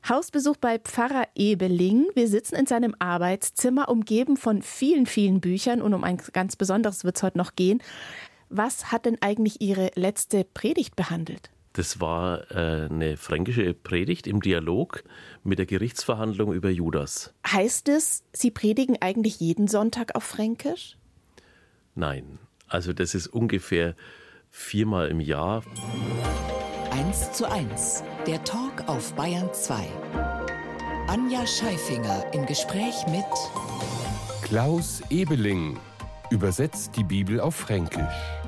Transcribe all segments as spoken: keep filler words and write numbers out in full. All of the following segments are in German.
Hausbesuch bei Pfarrer Ebeling. Wir sitzen in seinem Arbeitszimmer, umgeben von vielen, vielen Büchern. Und um ein ganz Besonderes wird es heute noch gehen. Was hat denn eigentlich Ihre letzte Predigt behandelt? Das war äh, eine fränkische Predigt im Dialog mit der Gerichtsverhandlung über Judas. Heißt es, Sie predigen eigentlich jeden Sonntag auf Fränkisch? Nein, also das ist ungefähr viermal im Jahr. Eins zu eins, der Talk auf Bayern zwei. Anja Scheifinger im Gespräch mit Klaus Ebeling übersetzt die Bibel auf Fränkisch.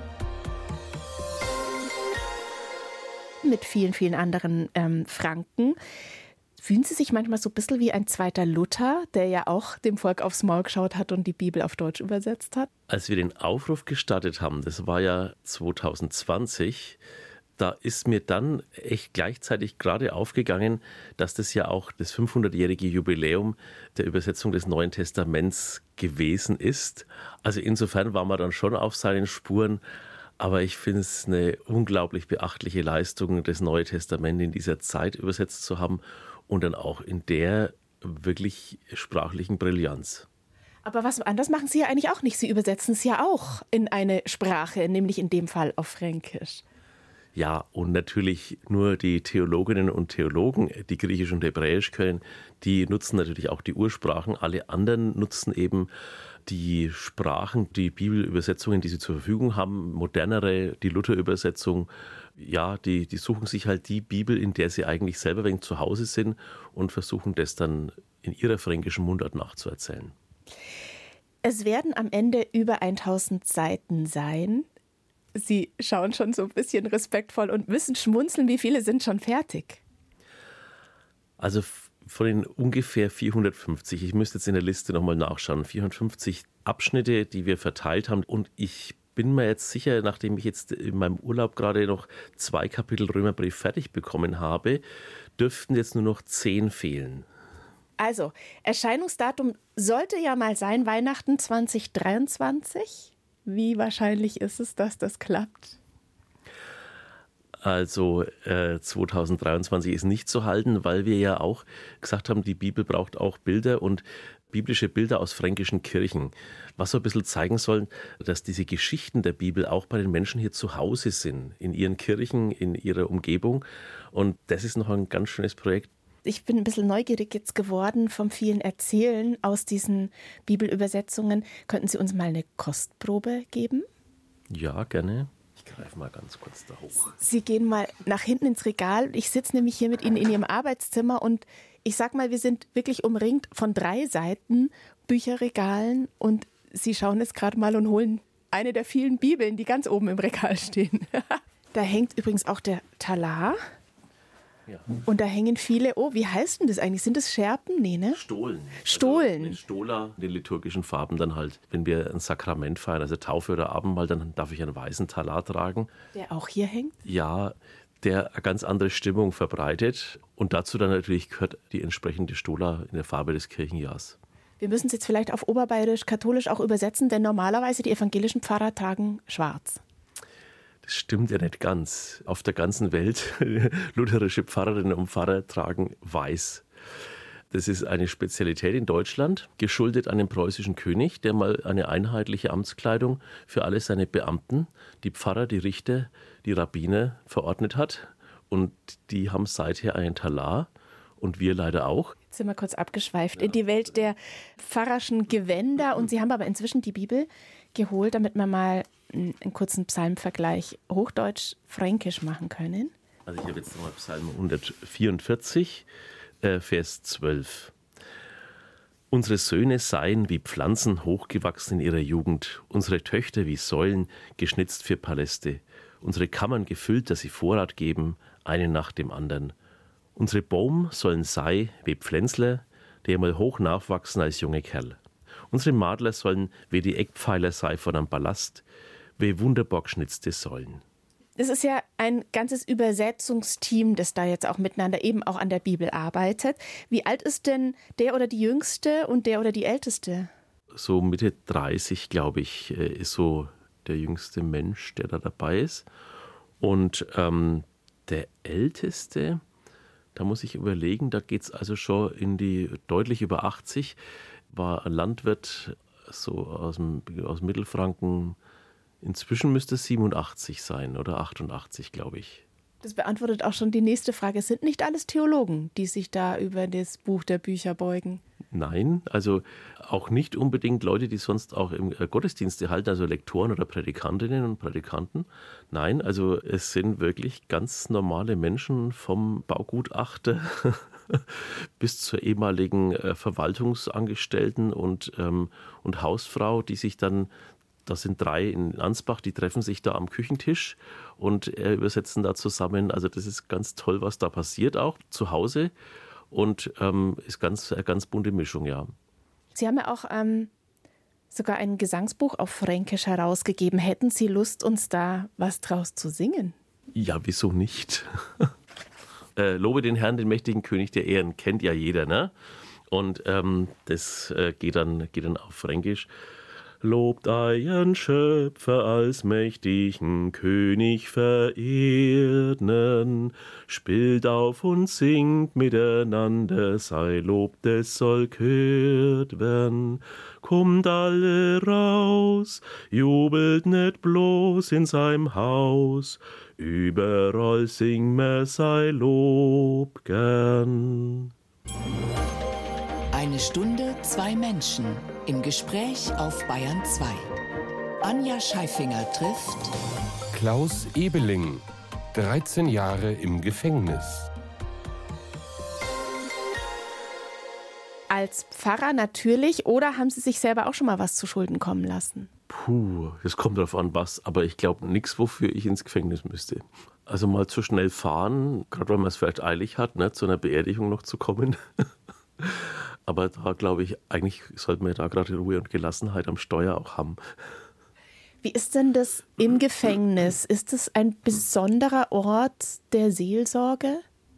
Mit vielen, vielen anderen ähm, Franken. Fühlen Sie sich manchmal so ein bisschen wie ein zweiter Luther, der ja auch dem Volk aufs Maul geschaut hat und die Bibel auf Deutsch übersetzt hat? Als wir den Aufruf gestartet haben, das war ja zwanzig zwanzig, da ist mir dann echt gleichzeitig gerade aufgegangen, dass das ja auch das fünfhundertjährige Jubiläum der Übersetzung des Neuen Testaments gewesen ist. Also insofern war man dann schon auf seinen Spuren. Aber ich finde es eine unglaublich beachtliche Leistung, das Neue Testament in dieser Zeit übersetzt zu haben und dann auch in der wirklich sprachlichen Brillanz. Aber was anderes machen Sie ja eigentlich auch nicht. Sie übersetzen es ja auch in eine Sprache, nämlich in dem Fall auf Fränkisch. Ja, und natürlich nur die Theologinnen und Theologen, die Griechisch und Hebräisch können, die nutzen natürlich auch die Ursprachen. Alle anderen nutzen eben die Sprachen, die Bibelübersetzungen, die sie zur Verfügung haben, modernere, die Luther-Übersetzung. Ja, die, die suchen sich halt die Bibel, in der sie eigentlich selber wegen zu Hause sind und versuchen das dann in ihrer fränkischen Mundart nachzuerzählen. Es werden am Ende über tausend Seiten sein. Sie schauen schon so ein bisschen respektvoll und müssen schmunzeln. Wie viele sind schon fertig? Also von den ungefähr vierhundertfünfzig, ich müsste jetzt in der Liste nochmal nachschauen, vierhundertfünfzig Abschnitte, die wir verteilt haben. Und ich bin mir jetzt sicher, nachdem ich jetzt in meinem Urlaub gerade noch zwei Kapitel Römerbrief fertig bekommen habe, dürften jetzt nur noch zehn fehlen. Also, Erscheinungsdatum sollte ja mal sein, Weihnachten zwanzig dreiundzwanzig. Wie wahrscheinlich ist es, dass das klappt? Also äh, zwanzig dreiundzwanzig ist nicht zu halten, weil wir ja auch gesagt haben, die Bibel braucht auch Bilder und biblische Bilder aus fränkischen Kirchen, was so ein bisschen zeigen soll, dass diese Geschichten der Bibel auch bei den Menschen hier zu Hause sind, in ihren Kirchen, in ihrer Umgebung. Und das ist noch ein ganz schönes Projekt. Ich bin ein bisschen neugierig jetzt geworden vom vielen Erzählen aus diesen Bibelübersetzungen. Könnten Sie uns mal eine Kostprobe geben? Ja, gerne. Ich greife mal ganz kurz da hoch. Sie gehen mal nach hinten ins Regal. Ich sitze nämlich hier mit Ihnen in Ihrem Arbeitszimmer und ich sag mal, wir sind wirklich umringt von drei Seiten Bücherregalen und Sie schauen jetzt gerade mal und holen eine der vielen Bibeln, die ganz oben im Regal stehen. Da hängt übrigens auch der Talar. Ja. Und da hängen viele, oh, wie heißt denn das eigentlich? Sind das Scherpen? Nee, ne? Stohlen. Stohlen. Also Stola, in den liturgischen Farben dann halt. Wenn wir ein Sakrament feiern, also Taufe oder Abendmahl, dann darf ich einen weißen Talar tragen. Der auch hier hängt? Ja, der eine ganz andere Stimmung verbreitet. Und dazu dann natürlich gehört die entsprechende Stola in der Farbe des Kirchenjahrs. Wir müssen es jetzt vielleicht auf Oberbayerisch-Katholisch auch übersetzen, denn normalerweise die evangelischen Pfarrer tragen schwarz. Das stimmt ja nicht ganz. Auf der ganzen Welt lutherische Pfarrerinnen und Pfarrer tragen weiß. Das ist eine Spezialität in Deutschland, geschuldet an den preußischen König, der mal eine einheitliche Amtskleidung für alle seine Beamten, die Pfarrer, die Richter, die Rabbiner verordnet hat. Und die haben seither einen Talar und wir leider auch. Jetzt sind wir kurz abgeschweift in die Welt der pfarrerschen Gewänder. Und Sie haben aber inzwischen die Bibel geholt, damit wir mal einen kurzen Psalmvergleich Hochdeutsch-Fränkisch machen können. Also ich habe jetzt nochmal Psalm hundertvierundvierzig, äh, Vers zwölf. Unsere Söhne seien wie Pflanzen hochgewachsen in ihrer Jugend, unsere Töchter wie Säulen geschnitzt für Paläste, unsere Kammern gefüllt, dass sie Vorrat geben, einen nach dem anderen. Unsere Baum sollen sei wie Pflänzler, die einmal hoch nachwachsen als junge Kerl. Unsere Madler sollen wie die Eckpfeiler sei von einem Ballast, wie wunderbar geschnitzte Säulen. Das ist ja ein ganzes Übersetzungsteam, das da jetzt auch miteinander eben auch an der Bibel arbeitet. Wie alt ist denn der oder die Jüngste und der oder die Älteste? So Mitte dreißig, glaube ich, ist so der jüngste Mensch, der da dabei ist. Und ähm, der Älteste, Da muss ich überlegen, da geht es also schon in die deutlich über achtzig, war ein Landwirt so aus, dem, aus Mittelfranken, inzwischen müsste es siebenundachtzig sein oder achtundachtzig, glaube ich. Das beantwortet auch schon die nächste Frage. Es sind nicht alles Theologen, die sich da über das Buch der Bücher beugen. Nein, also auch nicht unbedingt Leute, die sonst auch im Gottesdienste halten, also Lektoren oder Prädikantinnen und Prädikanten. Nein, also es sind wirklich ganz normale Menschen vom Baugutachter bis zur ehemaligen Verwaltungsangestellten und, ähm, und Hausfrau, die sich dann, das sind drei in Ansbach, die treffen sich da am Küchentisch und äh, übersetzen da zusammen. Also das ist ganz toll, was da passiert, auch zu Hause. Und ähm, ist ganz, eine ganz bunte Mischung, ja. Sie haben ja auch ähm, sogar ein Gesangsbuch auf Fränkisch herausgegeben. Hätten Sie Lust, uns da was draus zu singen? Ja, wieso nicht? äh, Lobe den Herrn, den mächtigen König der Ehren, kennt ja jeder, ne? Und ähm, das äh, geht, dann, geht dann auf Fränkisch. Lobt euren Schöpfer als mächtigen König verehrten, spielt auf und singt miteinander, sei Lob, es soll gehört werden. Kommt alle raus, jubelt nicht bloß in seinem Haus, überall sing mer sei Lob gern. Eine Stunde, zwei Menschen im Gespräch auf Bayern zwei. Anja Scheifinger trifft Klaus Ebeling, dreizehn Jahre im Gefängnis. Als Pfarrer natürlich, oder haben Sie sich selber auch schon mal was zu Schulden kommen lassen? Puh, das kommt drauf an, was. Aber ich glaube nichts, wofür ich ins Gefängnis müsste. Also mal zu schnell fahren, gerade weil man es vielleicht eilig hat, ne, zu einer Beerdigung noch zu kommen. Aber da glaube ich, eigentlich sollten wir da gerade Ruhe und Gelassenheit am Steuer auch haben. Wie ist denn das im Gefängnis? Ist es ein besonderer Ort der Seelsorge?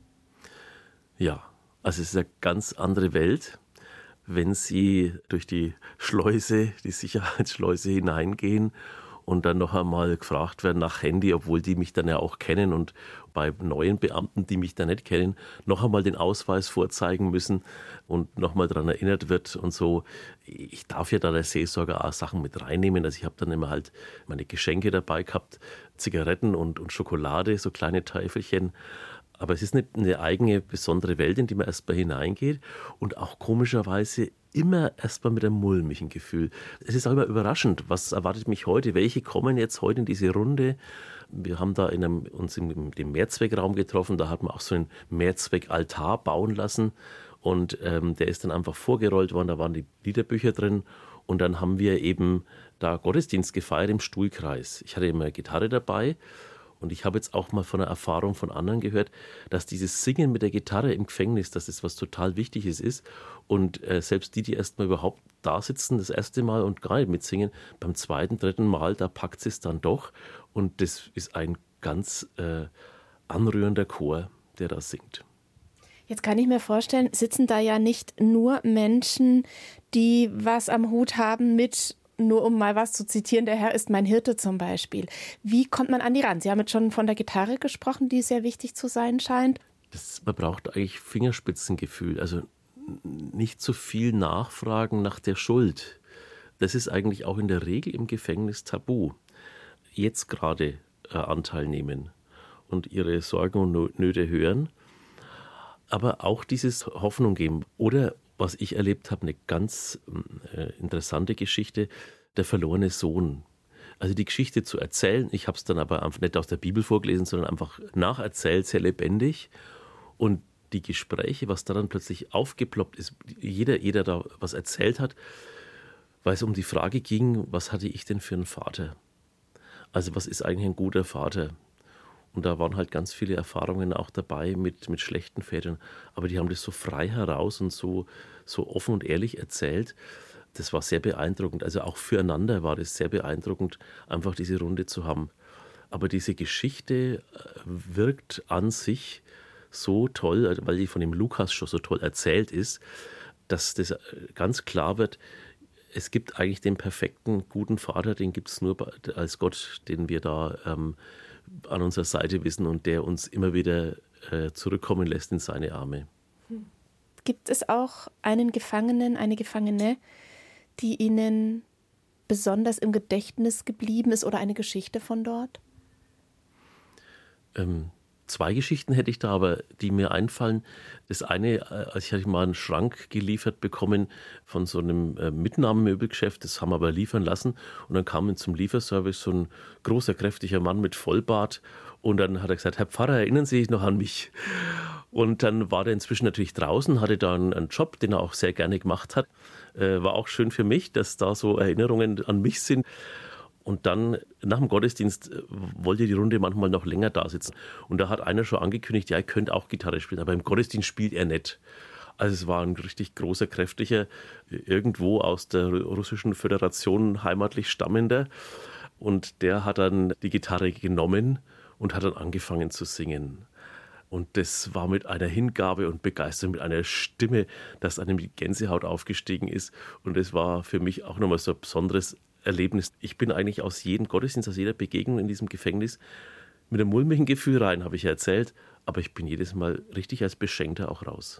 Ja, also es ist eine ganz andere Welt, wenn Sie durch die Schleuse, die Sicherheitsschleuse hineingehen und dann noch einmal gefragt werden nach Handy, obwohl die mich dann ja auch kennen und bei neuen Beamten, die mich da nicht kennen, noch einmal den Ausweis vorzeigen müssen und noch mal daran erinnert wird und so. Ich darf ja da der Seelsorger auch Sachen mit reinnehmen. Also ich habe dann immer halt meine Geschenke dabei gehabt, Zigaretten und, und Schokolade, so kleine Teufelchen. Aber es ist eine, eine eigene, besondere Welt, in die man erstmal hineingeht und auch komischerweise immer erstmal mit einem mulmigen Gefühl. Es ist auch immer überraschend, was erwartet mich heute, welche kommen jetzt heute in diese Runde. Wir haben da in einem, uns in dem Mehrzweckraum getroffen, da hat man auch so einen Mehrzweckaltar bauen lassen und ähm, der ist dann einfach vorgerollt worden, da waren die Liederbücher drin und dann haben wir eben da Gottesdienst gefeiert im Stuhlkreis. Ich hatte immer eine Gitarre dabei. Und ich habe jetzt auch mal von einer Erfahrung von anderen gehört, dass dieses Singen mit der Gitarre im Gefängnis, dass das was total Wichtiges ist. Und äh, selbst die, die erst mal überhaupt da sitzen, das erste Mal und gar nicht mitsingen, beim zweiten, dritten Mal, da packt sie es dann doch. Und das ist ein ganz äh, anrührender Chor, der da singt. Jetzt kann ich mir vorstellen, sitzen da ja nicht nur Menschen, die was am Hut haben mit, nur um mal was zu zitieren, der Herr ist mein Hirte zum Beispiel. Wie kommt man an die ran? Sie haben jetzt schon von der Gitarre gesprochen, die sehr wichtig zu sein scheint. Das, man braucht eigentlich Fingerspitzengefühl, also nicht zu viel nachfragen nach der Schuld. Das ist eigentlich auch in der Regel im Gefängnis tabu. Jetzt gerade äh, Anteil nehmen und ihre Sorgen und Nöte hören, aber auch dieses Hoffnung geben. Oder was ich erlebt habe, eine ganz äh, interessante Geschichte, der verlorene Sohn. Also die Geschichte zu erzählen, ich habe es dann aber einfach nicht aus der Bibel vorgelesen, sondern einfach nacherzählt, sehr lebendig. Und die Gespräche, was da dann plötzlich aufgeploppt ist, jeder, jeder da was erzählt hat, weil es um die Frage ging, was hatte ich denn für einen Vater? Also was ist eigentlich ein guter Vater? Und da waren halt ganz viele Erfahrungen auch dabei mit, mit schlechten Vätern. Aber die haben das so frei heraus und so, so offen und ehrlich erzählt. Das war sehr beeindruckend. Also auch füreinander war das sehr beeindruckend, einfach diese Runde zu haben. Aber diese Geschichte wirkt an sich so toll, weil die von dem Lukas schon so toll erzählt ist, dass das ganz klar wird, es gibt eigentlich den perfekten, guten Vater, den gibt es nur als Gott, den wir da ähm, an unserer Seite wissen und der uns immer wieder äh, zurückkommen lässt in seine Arme. Gibt es auch einen Gefangenen, eine Gefangene, die Ihnen besonders im Gedächtnis geblieben ist oder eine Geschichte von dort? Ähm, zwei Geschichten hätte ich da, aber die mir einfallen. Das eine, als ich hatte mal einen Schrank geliefert bekommen von so einem äh, Mitnahmemöbelgeschäft, das haben wir aber liefern lassen. Und dann kam zum Lieferservice so ein großer, kräftiger Mann mit Vollbart. Und dann hat er gesagt, Herr Pfarrer, erinnern Sie sich noch an mich? Und dann war der inzwischen natürlich draußen, hatte da einen, einen Job, den er auch sehr gerne gemacht hat. Äh, war auch schön für mich, dass da so Erinnerungen an mich sind. Und dann nach dem Gottesdienst wollte die Runde manchmal noch länger da sitzen. Und da hat einer schon angekündigt, ja, er könnte auch Gitarre spielen, aber im Gottesdienst spielt er nicht. Also es war ein richtig großer, kräftiger, irgendwo aus der Russischen Föderation heimatlich stammender. Und der hat dann die Gitarre genommen und hat dann angefangen zu singen. Und das war mit einer Hingabe und Begeisterung, mit einer Stimme, dass einem die Gänsehaut aufgestiegen ist. Und das war für mich auch nochmal so ein besonderes Erlebnis. Ich bin eigentlich aus jedem Gottesdienst, aus jeder Begegnung in diesem Gefängnis mit einem mulmigen Gefühl rein, habe ich ja erzählt. Aber ich bin jedes Mal richtig als Beschenkter auch raus.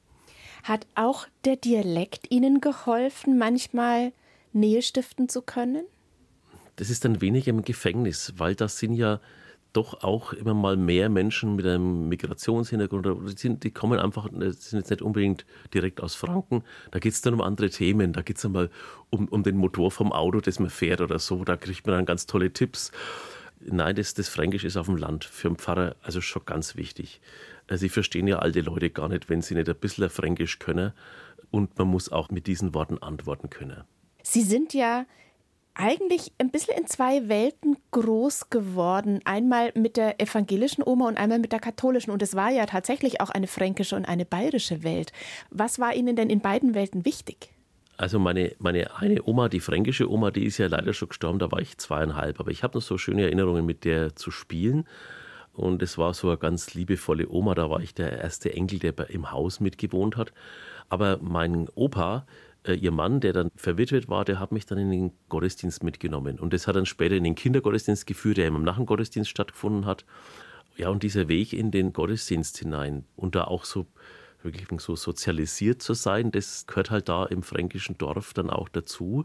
Hat auch der Dialekt Ihnen geholfen, manchmal Nähe stiften zu können? Das ist dann weniger im Gefängnis, weil das sind ja doch auch immer mal mehr Menschen mit einem Migrationshintergrund. Die, sind, die kommen einfach, sind jetzt nicht unbedingt direkt aus Franken. Da geht es dann um andere Themen. Da geht es dann mal um, um den Motor vom Auto, das man fährt oder so. Da kriegt man dann ganz tolle Tipps. Nein, das, das Fränkisch ist auf dem Land für einen Pfarrer also schon ganz wichtig. Sie verstehen ja alte Leute gar nicht, wenn sie nicht ein bisschen Fränkisch können. Und man muss auch mit diesen Worten antworten können. Sie sind ja eigentlich ein bisschen in zwei Welten groß geworden. Einmal mit der evangelischen Oma und einmal mit der katholischen. Und es war ja tatsächlich auch eine fränkische und eine bayerische Welt. Was war Ihnen denn in beiden Welten wichtig? Also meine, meine eine Oma, die fränkische Oma, die ist ja leider schon gestorben, da war ich zweieinhalb. Aber ich habe noch so schöne Erinnerungen, mit der zu spielen. Und es war so eine ganz liebevolle Oma. Da war ich der erste Enkel, der im Haus mitgewohnt hat. Aber mein Opa, ihr Mann, der dann verwitwet war, der hat mich dann in den Gottesdienst mitgenommen. Und das hat dann später in den Kindergottesdienst geführt, der im Nachengottesdienst stattgefunden hat. Ja, und dieser Weg in den Gottesdienst hinein und da auch so wirklich so sozialisiert zu sein, das gehört halt da im fränkischen Dorf dann auch dazu.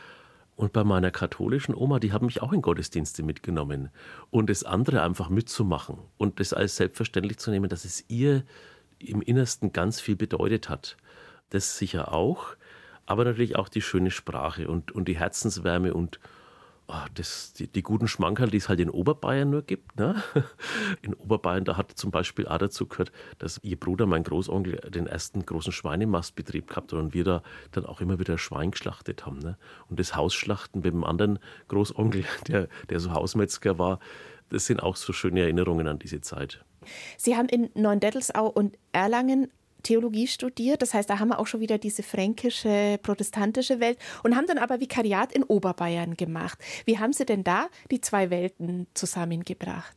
Und bei meiner katholischen Oma, die haben mich auch in Gottesdienste mitgenommen. Und das andere einfach mitzumachen und das als selbstverständlich zu nehmen, dass es ihr im Innersten ganz viel bedeutet hat. Das sicher auch. Aber natürlich auch die schöne Sprache und, und die Herzenswärme und oh, das, die, die guten Schmankerl, die es halt in Oberbayern nur gibt. Ne? In Oberbayern, da hat zum Beispiel auch dazu gehört, dass ihr Bruder, mein Großonkel, den ersten großen Schweinemastbetrieb gehabt hat und wir da dann auch immer wieder Schwein geschlachtet haben. Ne? Und das Hausschlachten mit dem anderen Großonkel, der, der so Hausmetzger war, das sind auch so schöne Erinnerungen an diese Zeit. Sie haben in Neuendettelsau und Erlangen Theologie studiert, das heißt, da haben wir auch schon wieder diese fränkische, protestantische Welt und haben dann aber Vikariat in Oberbayern gemacht. Wie haben Sie denn da die zwei Welten zusammengebracht?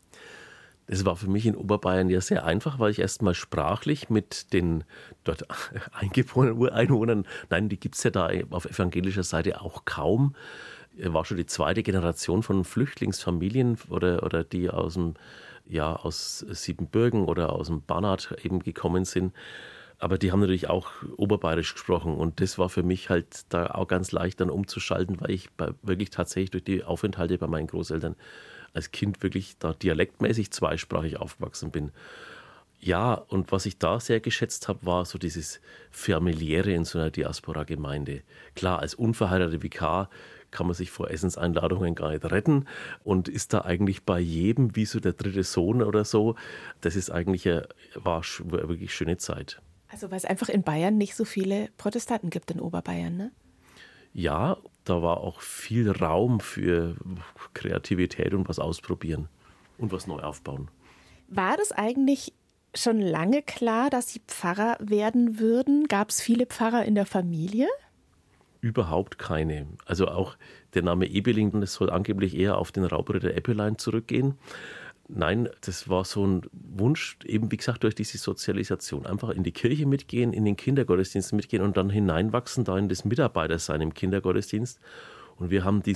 Das war für mich in Oberbayern ja sehr einfach, weil ich erst mal sprachlich mit den dort eingeborenen Ureinwohnern, nein, die gibt es ja da auf evangelischer Seite auch kaum, war schon die zweite Generation von Flüchtlingsfamilien oder, oder die aus dem ja, aus Siebenbürgen oder aus dem Banat eben gekommen sind. Aber die haben natürlich auch oberbayerisch gesprochen. Und das war für mich halt da auch ganz leicht dann umzuschalten, weil ich bei, wirklich tatsächlich durch die Aufenthalte bei meinen Großeltern als Kind wirklich da dialektmäßig zweisprachig aufgewachsen bin. Ja, und was ich da sehr geschätzt habe, war so dieses Familiäre in so einer Diaspora-Gemeinde. Klar, als unverheirateter Vikar kann man sich vor Essenseinladungen gar nicht retten und ist da eigentlich bei jedem wie so der dritte Sohn oder so. Das ist eigentlich eine, war eine wirklich schöne Zeit. Also weil es einfach in Bayern nicht so viele Protestanten gibt in Oberbayern, ne? Ja, da war auch viel Raum für Kreativität und was ausprobieren und was neu aufbauen. War das eigentlich schon lange klar, dass Sie Pfarrer werden würden? Gab es viele Pfarrer in der Familie? Überhaupt keine. Also auch der Name Ebeling, das soll angeblich eher auf den Raubritter Eppelein zurückgehen. Nein, das war so ein Wunsch, eben wie gesagt, durch diese Sozialisation. Einfach in die Kirche mitgehen, in den Kindergottesdienst mitgehen und dann hineinwachsen da in das Mitarbeitersein im Kindergottesdienst. Und wir haben diese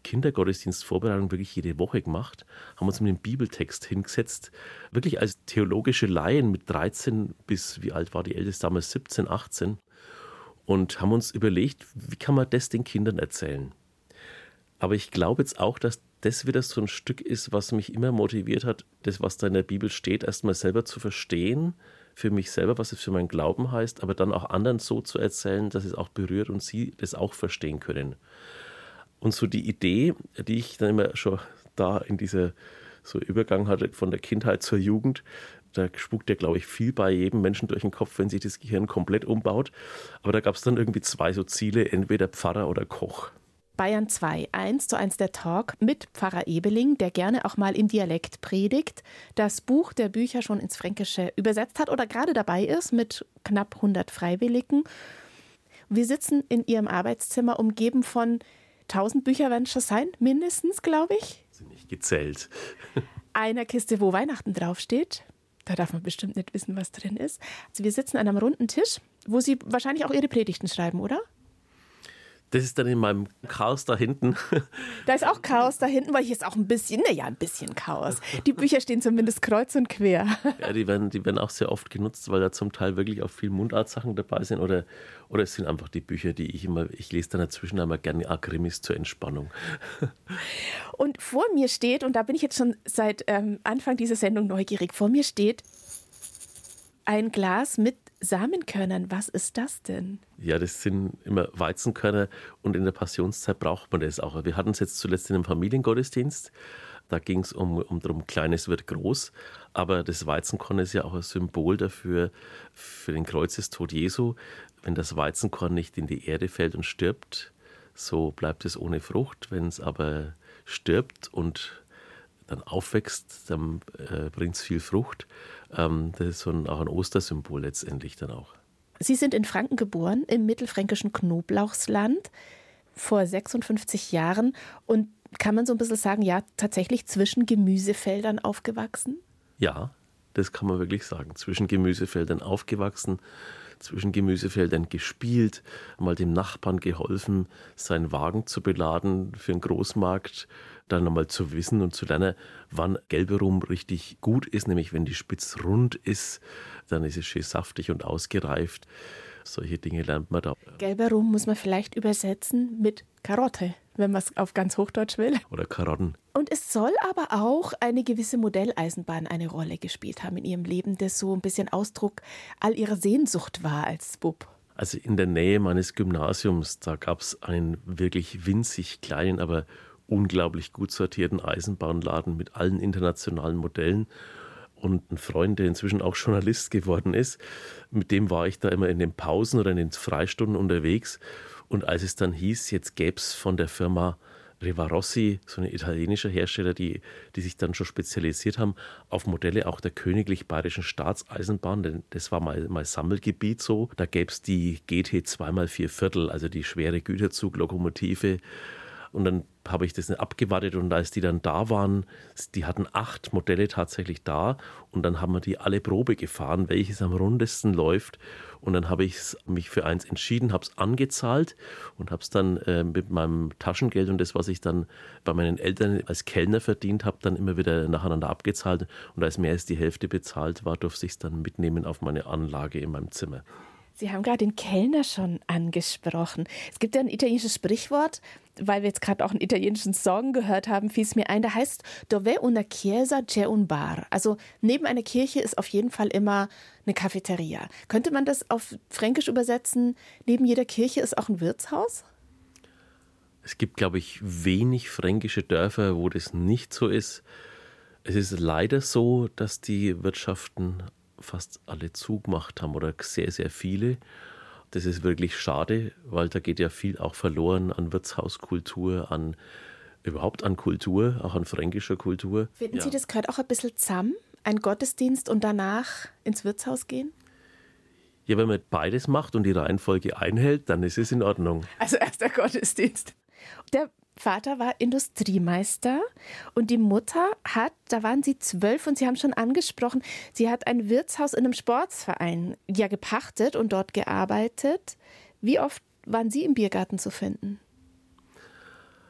Kindergottesdienstvorbereitung wirklich jede Woche gemacht, haben uns mit dem Bibeltext hingesetzt, wirklich als theologische Laien mit dreizehn bis, wie alt war die Älteste damals, siebzehn, achtzehn, und haben uns überlegt, wie kann man das den Kindern erzählen. Aber ich glaube jetzt auch, dass das wieder so ein Stück ist, was mich immer motiviert hat, das, was da in der Bibel steht, erstmal selber zu verstehen, für mich selber, was es für meinen Glauben heißt, aber dann auch anderen so zu erzählen, dass es auch berührt und sie das auch verstehen können. Und so die Idee, die ich dann immer schon da in dieser so Übergang hatte von der Kindheit zur Jugend, da spukt ja, glaube ich, viel bei jedem Menschen durch den Kopf, wenn sich das Gehirn komplett umbaut. Aber da gab es dann irgendwie zwei so Ziele, entweder Pfarrer oder Koch. Bayern zwei, eins zu eins der Talk mit Pfarrer Ebeling, der gerne auch mal im Dialekt predigt, das Buch der Bücher schon ins Fränkische übersetzt hat oder gerade dabei ist mit knapp hundert Freiwilligen. Wir sitzen in ihrem Arbeitszimmer, umgeben von tausend Bücher werden es schon sein, mindestens, glaube ich. Sind nicht gezählt. Einer Kiste, wo Weihnachten draufsteht. Da darf man bestimmt nicht wissen, was drin ist. Also wir sitzen an einem runden Tisch, wo Sie wahrscheinlich auch Ihre Predigten schreiben, oder? Das ist dann in meinem Chaos da hinten. Da ist auch Chaos da hinten, weil hier ist auch ein bisschen, naja, ein bisschen Chaos. Die Bücher stehen zumindest kreuz und quer. Ja, die werden, die werden auch sehr oft genutzt, weil da zum Teil wirklich auch viel Mundartsachen dabei sind. Oder, oder es sind einfach die Bücher, die ich immer, ich lese dann dazwischen einmal gerne Krimis zur Entspannung. Und vor mir steht, und da bin ich jetzt schon seit ähm, Anfang dieser Sendung neugierig, vor mir steht ein Glas mit Samenkörnern. Was ist das denn? Ja, das sind immer Weizenkörner und in der Passionszeit braucht man das auch. Wir hatten es jetzt zuletzt in einem Familiengottesdienst. Da ging es um, um darum, Kleines wird groß. Aber das Weizenkorn ist ja auch ein Symbol dafür, für den Kreuzestod Jesu. Wenn das Weizenkorn nicht in die Erde fällt und stirbt, so bleibt es ohne Frucht. Wenn es aber stirbt und dann aufwächst, dann äh, bringt es viel Frucht. Ähm, das ist so ein, auch ein Ostersymbol letztendlich dann auch. Sie sind in Franken geboren, im mittelfränkischen Knoblauchsland, vor sechsundfünfzig Jahren. Und kann man so ein bisschen sagen, ja, tatsächlich zwischen Gemüsefeldern aufgewachsen? Ja, das kann man wirklich sagen. Zwischen Gemüsefeldern aufgewachsen, zwischen Gemüsefeldern gespielt, mal dem Nachbarn geholfen, seinen Wagen zu beladen für einen Großmarkt, dann einmal zu wissen und zu lernen, wann gelber Rum richtig gut ist, nämlich wenn die Spitze rund ist, dann ist es schön saftig und ausgereift. Solche Dinge lernt man da. Gelber Rum muss man vielleicht übersetzen mit Karotte, wenn man es auf ganz Hochdeutsch will. Oder Karotten. Und es soll aber auch eine gewisse Modelleisenbahn eine Rolle gespielt haben in Ihrem Leben, das so ein bisschen Ausdruck all Ihrer Sehnsucht war als Bub. Also in der Nähe meines Gymnasiums, da gab es einen wirklich winzig kleinen, aber unglaublich gut sortierten Eisenbahnladen mit allen internationalen Modellen. Und ein Freund, der inzwischen auch Journalist geworden ist, mit dem war ich da immer in den Pausen oder in den Freistunden unterwegs. Und als es dann hieß, jetzt gäbe es von der Firma Rivarossi, so ein italienischer Hersteller, die, die sich dann schon spezialisiert haben auf Modelle auch der Königlich Bayerischen Staatseisenbahn, denn das war mein, mein Sammelgebiet so. Da gäbe es die G T zwei mal vier Viertel, also die schwere Güterzuglokomotive. Und dann habe ich das nicht abgewartet und als die dann da waren, die hatten acht Modelle tatsächlich da und dann haben wir die alle Probe gefahren, welches am rundesten läuft. Und dann habe ich mich für eins entschieden, habe es angezahlt und habe es dann äh, mit meinem Taschengeld und das, was ich dann bei meinen Eltern als Kellner verdient habe, dann immer wieder nacheinander abgezahlt. Und als mehr als die Hälfte bezahlt war, durfte ich es dann mitnehmen auf meine Anlage in meinem Zimmer. Sie haben gerade den Kellner schon angesprochen. Es gibt ja ein italienisches Sprichwort, weil wir jetzt gerade auch einen italienischen Song gehört haben, fiel es mir ein, da heißt Dov'è una chiesa c'è un bar. Also neben einer Kirche ist auf jeden Fall immer eine Cafeteria. Könnte man das auf Fränkisch übersetzen, neben jeder Kirche ist auch ein Wirtshaus? Es gibt, glaube ich, wenig fränkische Dörfer, wo das nicht so ist. Es ist leider so, dass die Wirtschaften fast alle zugemacht haben oder sehr, sehr viele. Das ist wirklich schade, weil da geht ja viel auch verloren an Wirtshauskultur, an überhaupt an Kultur, auch an fränkischer Kultur. Finden ja. Sie, das gehört auch ein bisschen zusammen? Ein Gottesdienst und danach ins Wirtshaus gehen? Ja, wenn man beides macht und die Reihenfolge einhält, dann ist es in Ordnung. Also erst der Gottesdienst. Der Vater war Industriemeister und die Mutter hat, da waren sie zwölf und Sie haben schon angesprochen, sie hat ein Wirtshaus in einem Sportsverein ja gepachtet und dort gearbeitet. Wie oft waren Sie im Biergarten zu finden?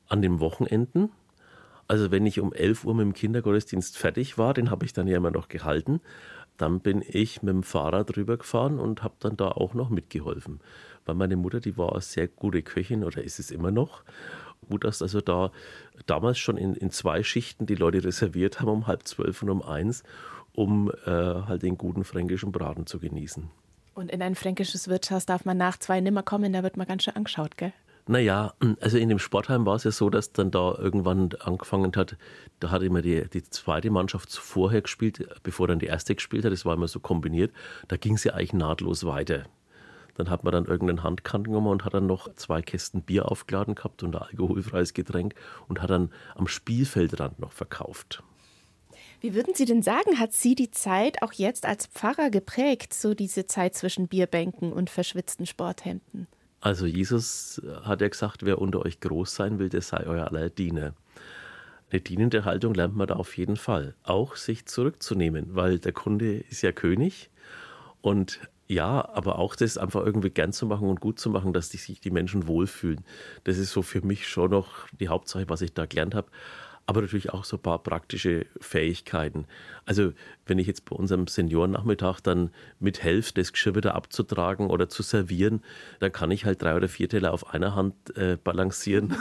An den Wochenenden. Also wenn ich um elf Uhr mit dem Kindergottesdienst fertig war, den habe ich dann ja immer noch gehalten, dann bin ich mit dem Fahrrad rübergefahren und habe dann da auch noch mitgeholfen. Weil meine Mutter, die war eine sehr gute Köchin oder ist es immer noch. Gut, dass also da damals schon in, in zwei Schichten die Leute reserviert haben, um halb zwölf und um eins, um äh, halt den guten fränkischen Braten zu genießen. Und in ein fränkisches Wirtshaus darf man nach zwei nimmer kommen, da wird man ganz schön angeschaut, gell? Naja, also in dem Sportheim war es ja so, dass dann da irgendwann angefangen hat, da hat immer die, die zweite Mannschaft vorher gespielt, bevor dann die erste gespielt hat, das war immer so kombiniert, da ging es ja eigentlich nahtlos weiter. Dann hat man dann irgendeinen Handkanten genommen und hat dann noch zwei Kästen Bier aufgeladen gehabt und ein alkoholfreies Getränk und hat dann am Spielfeldrand noch verkauft. Wie würden Sie denn sagen, hat Sie die Zeit auch jetzt als Pfarrer geprägt, so diese Zeit zwischen Bierbänken und verschwitzten Sporthemden? Also Jesus hat ja gesagt, wer unter euch groß sein will, der sei euer aller Diener. Eine dienende Haltung lernt man da auf jeden Fall. Auch sich zurückzunehmen, weil der Kunde ist ja König. Und ja, aber auch das einfach irgendwie gern zu machen und gut zu machen, dass die, sich die Menschen wohlfühlen. Das ist so für mich schon noch die Hauptsache, was ich da gelernt habe. Aber natürlich auch so ein paar praktische Fähigkeiten. Also wenn ich jetzt bei unserem Seniorennachmittag dann mithelfe, das Geschirr wieder abzutragen oder zu servieren, dann kann ich halt drei oder vier Teller auf einer Hand äh, balancieren.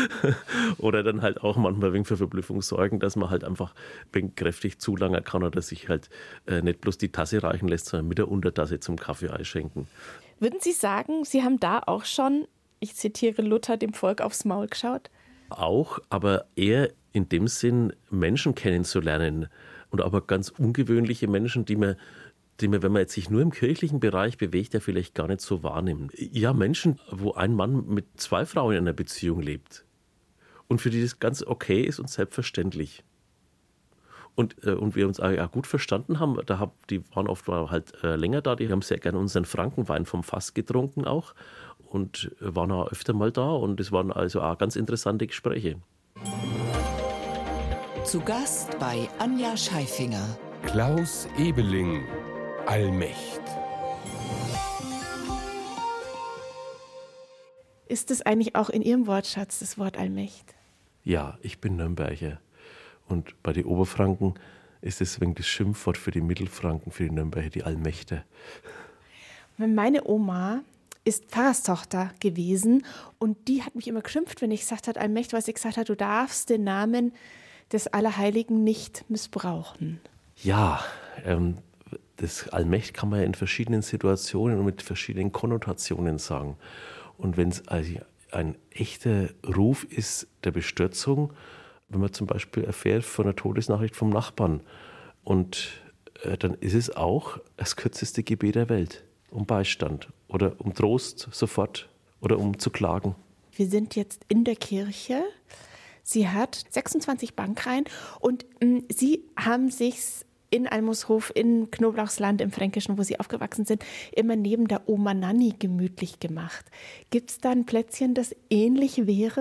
Oder dann halt auch manchmal wegen für Verblüffung sorgen, dass man halt einfach wegen kräftig zulangern kann oder sich halt äh, nicht bloß die Tasse reichen lässt, sondern mit der Untertasse zum Kaffee einschenken. Würden Sie sagen, Sie haben da auch schon, ich zitiere Luther, dem Volk aufs Maul geschaut? Auch, aber eher in dem Sinn, Menschen kennenzulernen und aber ganz ungewöhnliche Menschen, die man, die man, wenn man jetzt sich nur im kirchlichen Bereich bewegt, ja vielleicht gar nicht so wahrnimmt. Ja, Menschen, wo ein Mann mit zwei Frauen in einer Beziehung lebt und für die das ganz okay ist und selbstverständlich. Und, äh, und wir uns auch ja, gut verstanden haben, da hab, die waren oft halt äh, länger da, die haben sehr gerne unseren Frankenwein vom Fass getrunken auch und waren auch öfter mal da und es waren also auch ganz interessante Gespräche. Zu Gast bei Anja Scheifinger. Klaus Ebeling, Allmächt. Ist es eigentlich auch in Ihrem Wortschatz, das Wort Allmächt? Ja, ich bin Nürnberger. Und bei den Oberfranken ist deswegen das Schimpfwort für die Mittelfranken, für die Nürnberger, die Allmächte. Meine Oma ist Pfarrerstochter gewesen und die hat mich immer geschimpft, wenn ich gesagt habe, Allmächt, weil sie gesagt hat, du darfst den Namen des Allerheiligen nicht missbrauchen. Ja, ähm, das Allmächt kann man ja in verschiedenen Situationen und mit verschiedenen Konnotationen sagen. Und wenn es also ein echter Ruf ist der Bestürzung, wenn man zum Beispiel erfährt von einer Todesnachricht vom Nachbarn, und äh, dann ist es auch das kürzeste Gebet der Welt, um Beistand oder um Trost sofort oder um zu klagen. Wir sind jetzt in der Kirche. Sie hat sechsundzwanzig Bankreihen und mh, Sie haben sich's in Almushof, in Knoblauchsland im Fränkischen, wo Sie aufgewachsen sind, immer neben der Oma Nanni gemütlich gemacht. Gibt es da ein Plätzchen, das ähnlich wäre?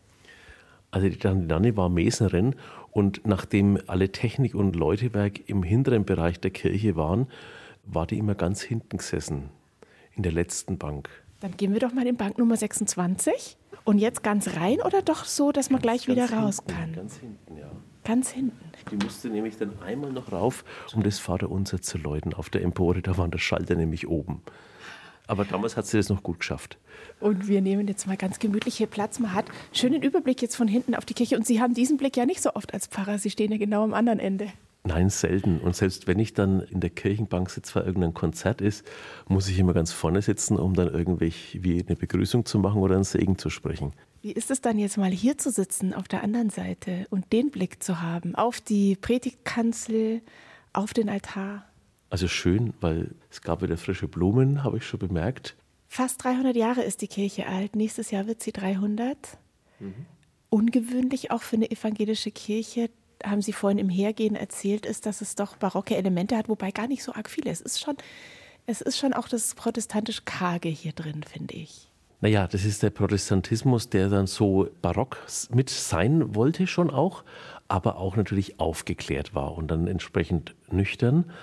Also die Nanni war Mesnerin und nachdem alle Technik und Läutewerk im hinteren Bereich der Kirche waren, war die immer ganz hinten gesessen, in der letzten Bank. Dann gehen wir doch mal in Bank Nummer sechsundzwanzig. Und jetzt ganz rein oder doch so, dass man gleich wieder raus hinten, kann? Ganz hinten, ja. Ganz hinten. Die musste nämlich dann einmal noch rauf, um das Vaterunser zu läuten auf der Empore. Da war der Schalter nämlich oben. Aber damals hat sie das noch gut geschafft. Und wir nehmen jetzt mal ganz gemütlich hier Platz. Man hat schönen Überblick jetzt von hinten auf die Kirche. Und Sie haben diesen Blick ja nicht so oft als Pfarrer. Sie stehen ja genau am anderen Ende. Nein, selten. Und selbst wenn ich dann in der Kirchenbank sitze, weil irgendein Konzert ist, muss ich immer ganz vorne sitzen, um dann irgendwie wie eine Begrüßung zu machen oder einen Segen zu sprechen. Wie ist es dann jetzt mal hier zu sitzen auf der anderen Seite und den Blick zu haben auf die Predigtkanzel, auf den Altar? Also schön, weil es gab wieder frische Blumen, habe ich schon bemerkt. Fast dreihundert Jahre ist die Kirche alt. Nächstes Jahr wird sie dreihundert. Mhm. Ungewöhnlich auch für eine evangelische Kirche, haben Sie vorhin im Hergehen erzählt, ist, dass es doch barocke Elemente hat, wobei gar nicht so arg viele. Es ist schon, es ist schon auch das protestantisch Karge hier drin, finde ich. Naja, das ist der Protestantismus, der dann so barock mit sein wollte schon auch, aber auch natürlich aufgeklärt war und dann entsprechend nüchtern.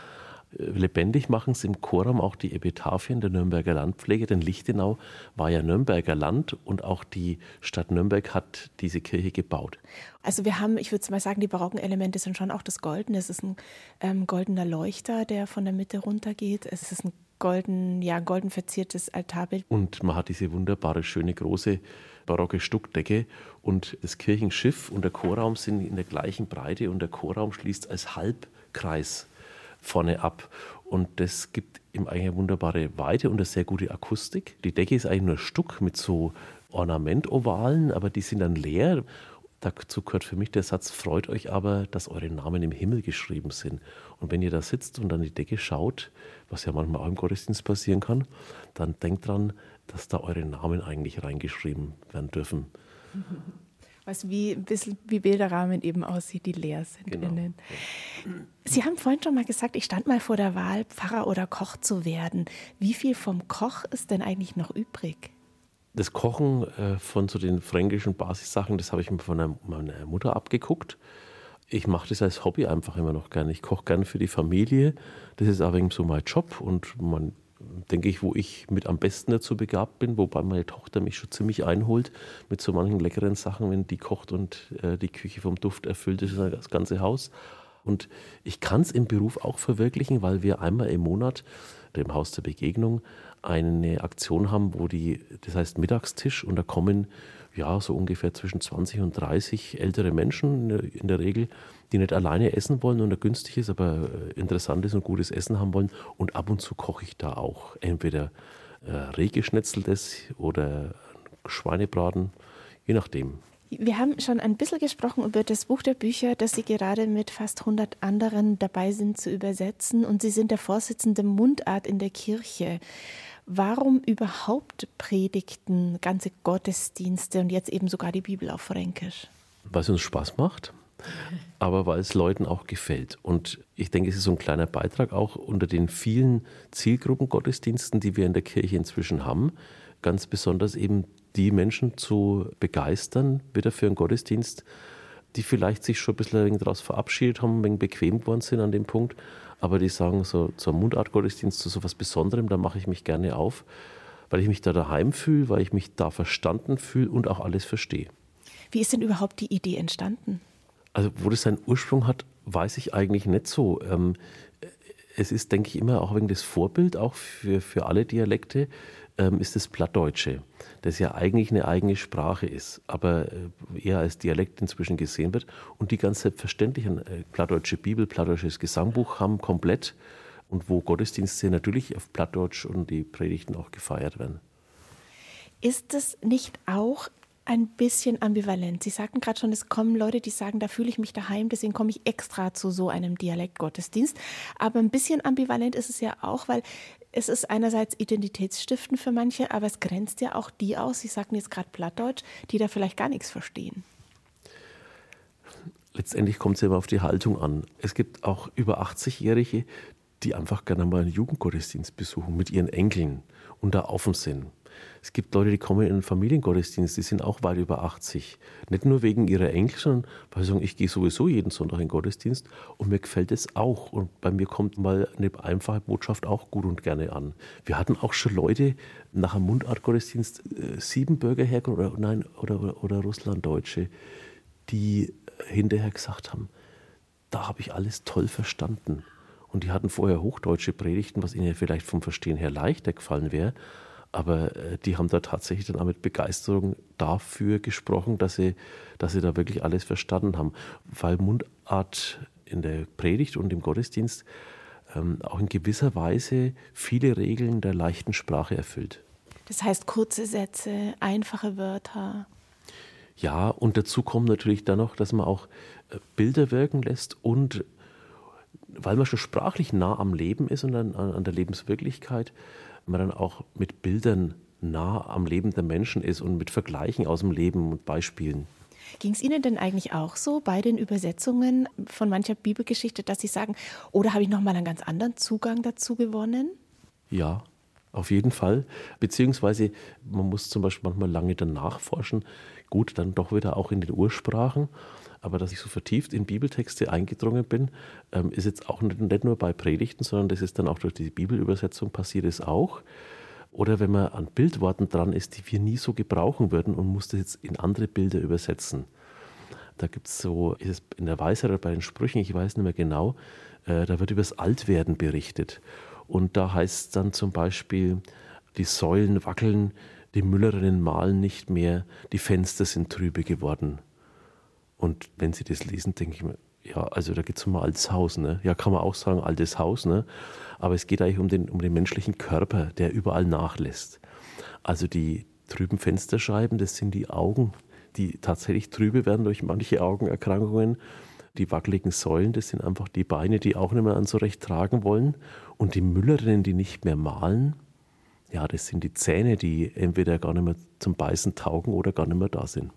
Lebendig machen es im Chorraum auch die Epitaphien der Nürnberger Landpflege, denn Lichtenau war ja Nürnberger Land und auch die Stadt Nürnberg hat diese Kirche gebaut. Also wir haben, ich würde mal sagen, die barocken Elemente sind schon auch das Goldene. Es ist ein ähm, goldener Leuchter, der von der Mitte runtergeht. Es ist ein golden, ja, golden verziertes Altarbild. Und man hat diese wunderbare, schöne, große barocke Stuckdecke und das Kirchenschiff und der Chorraum sind in der gleichen Breite und der Chorraum schließt als Halbkreis vorne ab. Und das gibt ihm eigentlich eine wunderbare Weite und eine sehr gute Akustik. Die Decke ist eigentlich nur Stuck mit so Ornamentovalen, aber die sind dann leer. Dazu gehört für mich der Satz, freut euch aber, dass eure Namen im Himmel geschrieben sind. Und wenn ihr da sitzt und an die Decke schaut, was ja manchmal auch im Gottesdienst passieren kann, dann denkt dran, dass da eure Namen eigentlich reingeschrieben werden dürfen. Was wie ein bisschen wie Bilderrahmen eben aussieht, die leer sind. Genau. Innen. Sie haben vorhin schon mal gesagt, ich stand mal vor der Wahl, Pfarrer oder Koch zu werden. Wie viel vom Koch ist denn eigentlich noch übrig? Das Kochen äh, von so den fränkischen Basissachen, das habe ich mir von meiner, meiner Mutter abgeguckt. Ich mache das als Hobby einfach immer noch gerne. Ich koche gerne für die Familie. Das ist aber so mein Job und man denke ich, wo ich mit am besten dazu begabt bin, wobei meine Tochter mich schon ziemlich einholt mit so manchen leckeren Sachen, wenn die kocht und äh, die Küche vom Duft erfüllt ist, das ganze Haus. Und ich kann es im Beruf auch verwirklichen, weil wir einmal im Monat im Haus der Begegnung eine Aktion haben, wo die, das heißt Mittagstisch, und da kommen ja so ungefähr zwischen zwanzig und dreißig ältere Menschen in der Regel, die nicht alleine essen wollen und ein günstiges, aber interessantes und gutes Essen haben wollen. Und ab und zu koche ich da auch entweder äh, Rehgeschnetzeltes oder Schweinebraten, je nachdem. Wir haben schon ein bisschen gesprochen über das Buch der Bücher, das Sie gerade mit fast hundert anderen dabei sind zu übersetzen. Und Sie sind der Vorsitzende Mundart in der Kirche. Warum überhaupt Predigten, ganze Gottesdienste und jetzt eben sogar die Bibel auf Fränkisch? Weil es uns Spaß macht, aber weil es Leuten auch gefällt. Und ich denke, es ist so ein kleiner Beitrag auch unter den vielen Zielgruppen-Gottesdiensten, die wir in der Kirche inzwischen haben, ganz besonders eben die Menschen zu begeistern, wieder für einen Gottesdienst, die vielleicht sich schon ein bisschen daraus verabschiedet haben, ein wenig bequem geworden sind an dem Punkt, aber die sagen, so zum Mundart-Gottesdienst, zu so was Besonderem, da mache ich mich gerne auf, weil ich mich da daheim fühle, weil ich mich da verstanden fühle und auch alles verstehe. Wie ist denn überhaupt die Idee entstanden? Also wo das seinen Ursprung hat, weiß ich eigentlich nicht so. Ähm, es ist, denke ich, immer auch wegen das Vorbild, auch für, für alle Dialekte, ähm, ist das Plattdeutsche, das ja eigentlich eine eigene Sprache ist, aber eher als Dialekt inzwischen gesehen wird und die ganz selbstverständlich eine plattdeutsche Bibel, plattdeutsches Gesangbuch haben, komplett, und wo Gottesdienste natürlich auf Plattdeutsch und die Predigten auch gefeiert werden. Ist es nicht auch ein bisschen ambivalent? Sie sagten gerade schon, es kommen Leute, die sagen, da fühle ich mich daheim, deswegen komme ich extra zu so einem Dialektgottesdienst. Aber ein bisschen ambivalent ist es ja auch, weil es ist einerseits identitätsstiftend für manche, aber es grenzt ja auch die aus, Sie sagten jetzt gerade Plattdeutsch, die da vielleicht gar nichts verstehen. Letztendlich kommt es immer auf die Haltung an. Es gibt auch über achtzig-Jährige, die einfach gerne mal einen Jugendgottesdienst besuchen mit ihren Enkeln und da offen sind. Es gibt Leute, die kommen in einen Familiengottesdienst, die sind auch weit über achtzig. Nicht nur wegen ihrer Enkel, sondern weil sie sagen, ich gehe sowieso jeden Sonntag in den Gottesdienst und mir gefällt es auch. Und bei mir kommt mal eine einfache Botschaft auch gut und gerne an. Wir hatten auch schon Leute nach einem Mundartgottesdienst, äh, Siebenbürger herkommen oder, nein, oder, oder, oder Russlanddeutsche, die hinterher gesagt haben, da habe ich alles toll verstanden. Und die hatten vorher hochdeutsche Predigten, was ihnen vielleicht vom Verstehen her leichter gefallen wäre. Aber die haben da tatsächlich dann auch mit Begeisterung dafür gesprochen, dass sie, dass sie da wirklich alles verstanden haben. Weil Mundart in der Predigt und im Gottesdienst ähm, auch in gewisser Weise viele Regeln der leichten Sprache erfüllt. Das heißt kurze Sätze, einfache Wörter. Ja, und dazu kommt natürlich dann noch, dass man auch Bilder wirken lässt und weil man schon sprachlich nah am Leben ist und an, an der Lebenswirklichkeit, man dann auch mit Bildern nah am Leben der Menschen ist und mit Vergleichen aus dem Leben und Beispielen. Ging es Ihnen denn eigentlich auch so bei den Übersetzungen von mancher Bibelgeschichte, dass Sie sagen, oder habe ich nochmal einen ganz anderen Zugang dazu gewonnen? Ja, Auf jeden Fall. Beziehungsweise man muss zum Beispiel manchmal lange dann nachforschen. Gut, dann doch wieder auch in den Ursprachen. Aber dass ich so vertieft in Bibeltexte eingedrungen bin, ist jetzt auch nicht nur bei Predigten, sondern das ist dann auch durch die Bibelübersetzung passiert es auch. Oder wenn man an Bildworten dran ist, die wir nie so gebrauchen würden und muss das jetzt in andere Bilder übersetzen. Da gibt es so, ist es in der Weisheit oder bei den Sprüchen, ich weiß nicht mehr genau, äh, da wird über das Altwerden berichtet. Und da heißt es dann zum Beispiel, die Säulen wackeln, die Müllerinnen mahlen nicht mehr, die Fenster sind trübe geworden. Und wenn Sie das lesen, denke ich mir, ja, also da geht es um ein altes Haus. Ne? Ja, kann man auch sagen, altes Haus. Ne? Aber es geht eigentlich um den, um den menschlichen Körper, der überall nachlässt. Also die trüben Fensterscheiben, das sind die Augen, die tatsächlich trübe werden durch manche Augenerkrankungen. Die wackeligen Säulen, das sind einfach die Beine, die auch nicht mehr an so recht tragen wollen. Und die Müllerinnen, die nicht mehr mahlen, ja, das sind die Zähne, die entweder gar nicht mehr zum Beißen taugen oder gar nicht mehr da sind.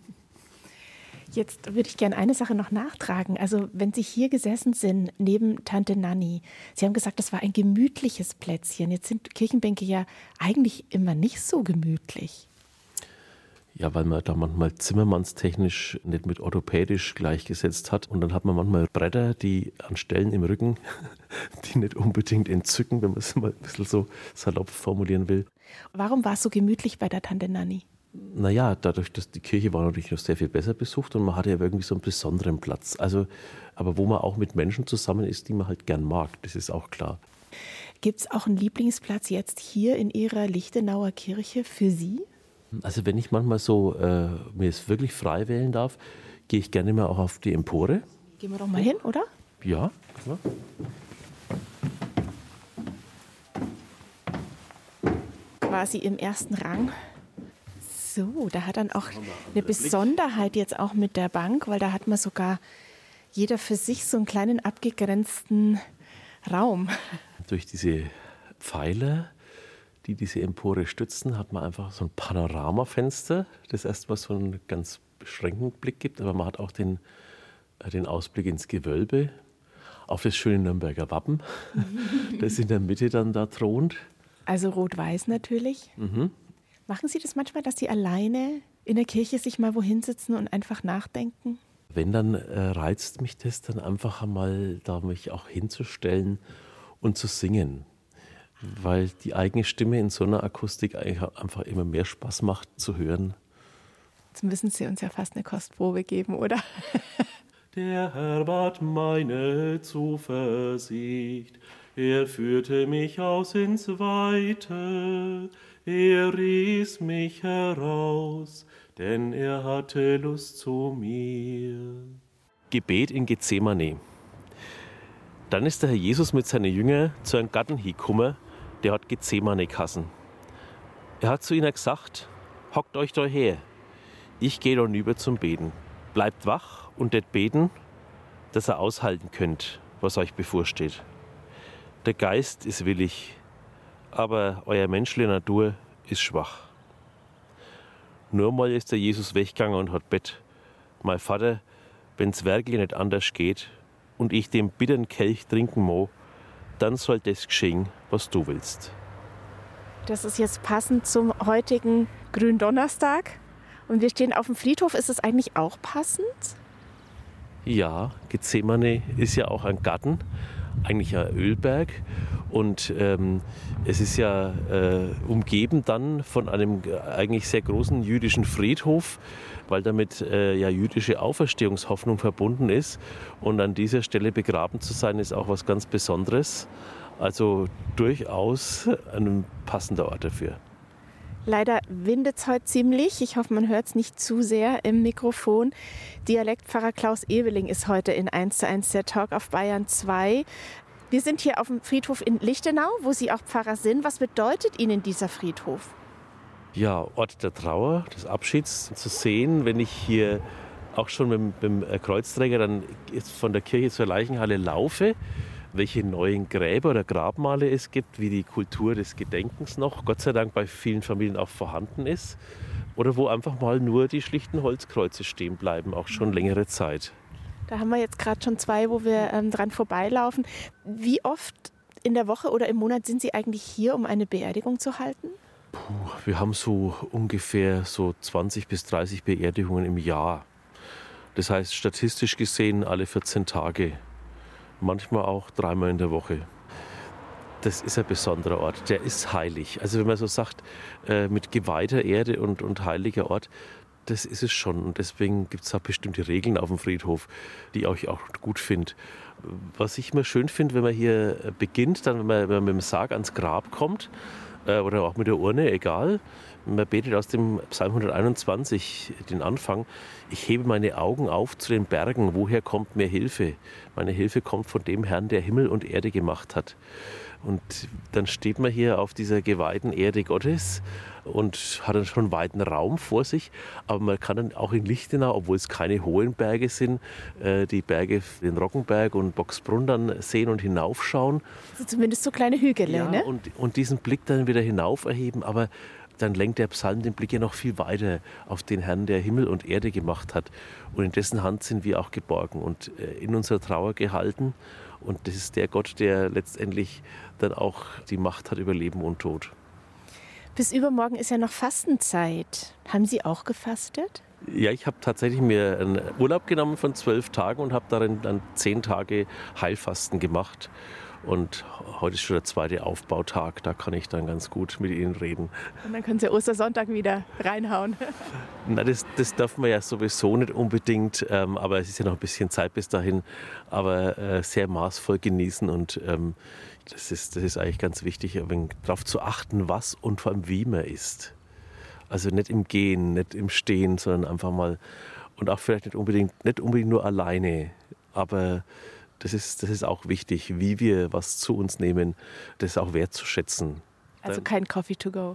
Jetzt würde ich gerne eine Sache noch nachtragen. Also wenn Sie hier gesessen sind, neben Tante Nanni, Sie haben gesagt, das war ein gemütliches Plätzchen. Jetzt sind Kirchenbänke ja eigentlich immer nicht so gemütlich. Ja, weil man da manchmal zimmermannstechnisch nicht mit orthopädisch gleichgesetzt hat. Und dann hat man manchmal Bretter, die an Stellen im Rücken, die nicht unbedingt entzücken, wenn man es mal ein bisschen so salopp formulieren will. Warum war es so gemütlich bei der Tante Nanni? Naja, dadurch, dass die Kirche war natürlich noch sehr viel besser besucht und man hatte ja irgendwie so einen besonderen Platz. Also, aber wo man auch mit Menschen zusammen ist, die man halt gern mag, das ist auch klar. Gibt es auch einen Lieblingsplatz jetzt hier in Ihrer Lichtenauer Kirche für Sie? Also wenn ich manchmal so äh, mir es wirklich frei wählen darf, gehe ich gerne mal auch auf die Empore. Gehen wir doch mal hin, oder? Ja, ja. Quasi im ersten Rang. So, da hat dann auch eine Besonderheit jetzt auch mit der Bank, weil da hat man sogar jeder für sich so einen kleinen abgegrenzten Raum. Durch diese Pfeiler, die diese Empore stützen, hat man einfach so ein Panoramafenster, das erstmal so einen ganz beschränkten Blick gibt, aber man hat auch den, den Ausblick ins Gewölbe, auf das schöne Nürnberger Wappen, das in der Mitte dann da thront. Also rot-weiß natürlich. Mhm. Machen Sie das manchmal, dass Sie alleine in der Kirche sich mal wohin sitzen und einfach nachdenken? Wenn, dann äh, reizt mich das dann einfach einmal, da mich auch hinzustellen und zu singen. Weil die eigene Stimme in so einer Akustik einfach immer mehr Spaß macht zu hören. Jetzt müssen Sie uns ja fast eine Kostprobe geben, oder? Der Herr ward meine Zuversicht, er führte mich aus ins Weite, er riss mich heraus, denn er hatte Lust zu mir. Gebet in Gethsemane. Dann ist der Herr Jesus mit seinen Jüngern zu einem Garten hingekommen, der hat Gethsemane geheißen. Er hat zu ihnen gesagt, hockt euch da her, ich gehe da rüber zum Beten. Bleibt wach und det beten, dass ihr aushalten könnt, was euch bevorsteht. Der Geist ist willig, aber euer menschliche Natur ist schwach. Nur mal ist der Jesus weggegangen und hat bett. Mein Vater, wenn's wirklich nicht anders geht und ich den bitteren Kelch trinken mo, dann soll das geschehen, was du willst. Das ist jetzt passend zum heutigen Gründonnerstag. Und wir stehen auf dem Friedhof. Ist es eigentlich auch passend? Ja, Gethsemane ist ja auch ein Garten, eigentlich ein Ölberg. Und ähm, es ist ja äh, umgeben dann von einem eigentlich sehr großen jüdischen Friedhof, weil damit äh, ja jüdische Auferstehungshoffnung verbunden ist. Und an dieser Stelle begraben zu sein, ist auch was ganz Besonderes. Also durchaus ein passender Ort dafür. Leider windet es heute ziemlich. Ich hoffe, man hört es nicht zu sehr im Mikrofon. Dialektpfarrer Klaus Ebeling ist heute in eins zu eins der Talk auf Bayern zwei. Wir sind hier auf dem Friedhof in Lichtenau, wo Sie auch Pfarrer sind. Was bedeutet Ihnen dieser Friedhof? Ja, Ort der Trauer, des Abschieds zu sehen, wenn ich hier auch schon mit, mit dem Kreuzträger dann jetzt von der Kirche zur Leichenhalle laufe, welche neuen Gräber oder Grabmale es gibt, wie die Kultur des Gedenkens noch, Gott sei Dank bei vielen Familien auch vorhanden ist, oder wo einfach mal nur die schlichten Holzkreuze stehen bleiben, auch schon längere Zeit. Da haben wir jetzt gerade schon zwei, wo wir ähm, dran vorbeilaufen. Wie oft oft in der Woche oder im Monat sind Sie eigentlich hier, um eine Beerdigung zu halten? Puh, wir haben so ungefähr so zwanzig bis dreißig Beerdigungen im Jahr. Das heißt, statistisch gesehen alle vierzehn Tage, manchmal auch dreimal in der Woche. Das ist ein besonderer Ort, der ist heilig. Also wenn man so sagt, äh, mit geweihter Erde und, und heiliger Ort, das ist es schon. Und deswegen gibt es auch bestimmte Regeln auf dem Friedhof, die ich auch gut finde. Was ich immer schön finde, wenn man hier beginnt, dann wenn man, wenn man mit dem Sarg ans Grab kommt, äh, oder auch mit der Urne, egal, man betet aus dem Psalm hunderteinundzwanzig den Anfang: Ich hebe meine Augen auf zu den Bergen, woher kommt mir Hilfe? Meine Hilfe kommt von dem Herrn, der Himmel und Erde gemacht hat. Und dann steht man hier auf dieser geweihten Erde Gottes und hat dann schon einen weiten Raum vor sich. Aber man kann dann auch in Lichtenau, obwohl es keine hohen Berge sind, die Berge, den Roggenberg und Boxbrunn dann sehen und hinaufschauen. Also zumindest so kleine Hügel, ja, ne? Und, und diesen Blick dann wieder hinauf erheben. Aber dann lenkt der Psalm den Blick ja noch viel weiter auf den Herrn, der Himmel und Erde gemacht hat. Und in dessen Hand sind wir auch geborgen und in unserer Trauer gehalten. Und das ist der Gott, der letztendlich dann auch die Macht hat über Leben und Tod. Bis übermorgen ist ja noch Fastenzeit. Haben Sie auch gefastet? Ja, ich habe tatsächlich mir einen Urlaub genommen von zwölf Tagen und habe darin dann zehn Tage Heilfasten gemacht. Und heute ist schon der zweite Aufbautag, da kann ich dann ganz gut mit Ihnen reden. Und dann können Sie Ostersonntag wieder reinhauen. Na, das, das darf man ja sowieso nicht unbedingt, ähm, aber es ist ja noch ein bisschen Zeit bis dahin. Aber äh, sehr maßvoll genießen und ähm, das, ist, das ist eigentlich ganz wichtig, darauf zu achten, was und vor allem wie man isst. Also nicht im Gehen, nicht im Stehen, sondern einfach mal, und auch vielleicht nicht unbedingt, nicht unbedingt nur alleine, aber Das ist, das ist auch wichtig, wie wir was zu uns nehmen, das auch wertzuschätzen. Also kein Coffee to go?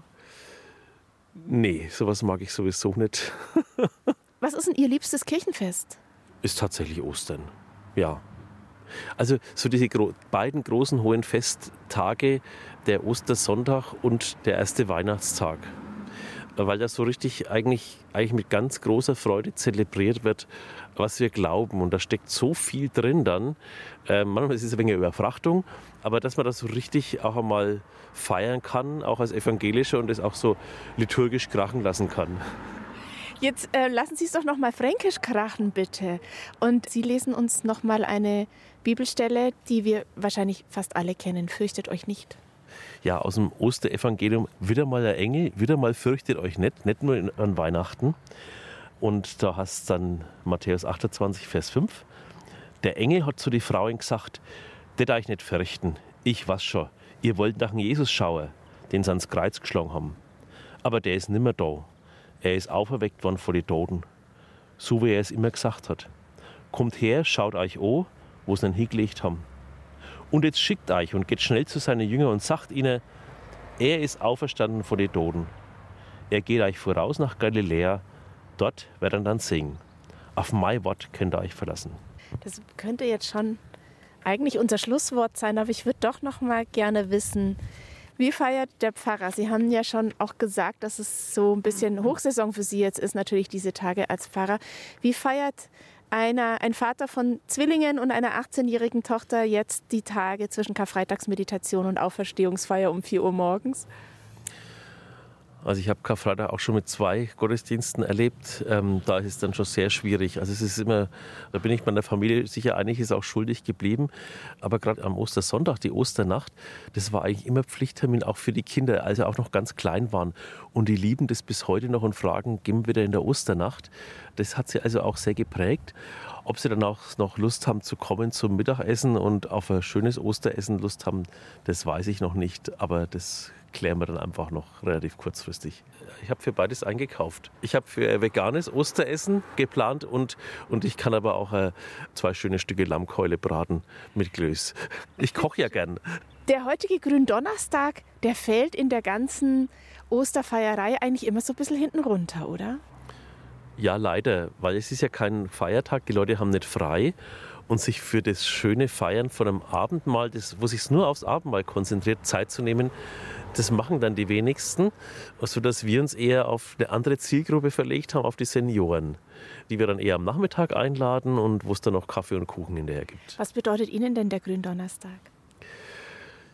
Nee, sowas mag ich sowieso nicht. Was ist denn Ihr liebstes Kirchenfest? Ist tatsächlich Ostern, ja. Also so diese gro- beiden großen hohen Festtage, der Ostersonntag und der erste Weihnachtstag. Weil das so richtig eigentlich, eigentlich mit ganz großer Freude zelebriert wird, was wir glauben. Und da steckt so viel drin dann. Äh, manchmal ist es ein wenig eine Überfrachtung, aber dass man das so richtig auch einmal feiern kann, auch als Evangelischer, und es auch so liturgisch krachen lassen kann. Jetzt äh, lassen Sie es doch noch mal fränkisch krachen, bitte. Und Sie lesen uns noch mal eine Bibelstelle, die wir wahrscheinlich fast alle kennen. Fürchtet euch nicht. Ja, aus dem Osterevangelium, wieder mal der Engel, wieder mal fürchtet euch nicht, nicht nur in, an Weihnachten. Und da heißt es dann Matthäus achtundzwanzig, Vers fünf. Der Engel hat zu den Frauen gesagt: Det euch nicht fürchten, ich weiß schon, ihr wollt nach dem Jesus schauen, den sie ans Kreuz geschlagen haben. Aber der ist nimmer da. Er ist auferweckt worden von den Toten, so wie er es immer gesagt hat. Kommt her, schaut euch an, wo sie ihn hingelegt haben. Und jetzt schickt euch und geht schnell zu seinen Jüngern und sagt ihnen, er ist auferstanden von den Toten. Er geht euch voraus nach Galiläa, dort wird er dann singen. Auf mein Wort könnt ihr euch verlassen. Das könnte jetzt schon eigentlich unser Schlusswort sein, aber ich würde doch noch mal gerne wissen, wie feiert der Pfarrer? Sie haben ja schon auch gesagt, dass es so ein bisschen Hochsaison für Sie jetzt ist, natürlich diese Tage als Pfarrer. Wie feiert Einer, ein Vater von Zwillingen und einer achtzehnjährigen Tochter jetzt die Tage zwischen Karfreitagsmeditation und Auferstehungsfeier um vier Uhr morgens? Also ich habe Karfreitag auch schon mit zwei Gottesdiensten erlebt. Ähm, da ist es dann schon sehr schwierig. Also es ist immer, da bin ich meiner Familie sicher einiges auch schuldig geblieben. Aber gerade am Ostersonntag, die Osternacht, das war eigentlich immer Pflichttermin auch für die Kinder, als sie auch noch ganz klein waren. Und die lieben das bis heute noch und fragen, gehen wir wieder in der Osternacht. Das hat sie also auch sehr geprägt. Ob sie dann auch noch Lust haben zu kommen zum Mittagessen und auf ein schönes Osteressen Lust haben, das weiß ich noch nicht. Aber das klären wir dann einfach noch relativ kurzfristig. Ich habe für beides eingekauft. Ich habe für ein veganes Osteressen geplant und, und ich kann aber auch äh, zwei schöne Stücke Lammkeule braten mit Klöß. Ich koche ja gern. Der heutige Gründonnerstag, der fällt in der ganzen Osterfeierei eigentlich immer so ein bisschen hinten runter, oder? Ja, leider, weil es ist ja kein Feiertag, die Leute haben nicht frei und sich für das schöne Feiern von einem Abendmahl, das, wo sich nur aufs Abendmahl konzentriert, Zeit zu nehmen, das machen dann die wenigsten, sodass wir uns eher auf eine andere Zielgruppe verlegt haben, auf die Senioren, die wir dann eher am Nachmittag einladen und wo es dann noch Kaffee und Kuchen hinterher gibt. Was bedeutet Ihnen denn der Gründonnerstag?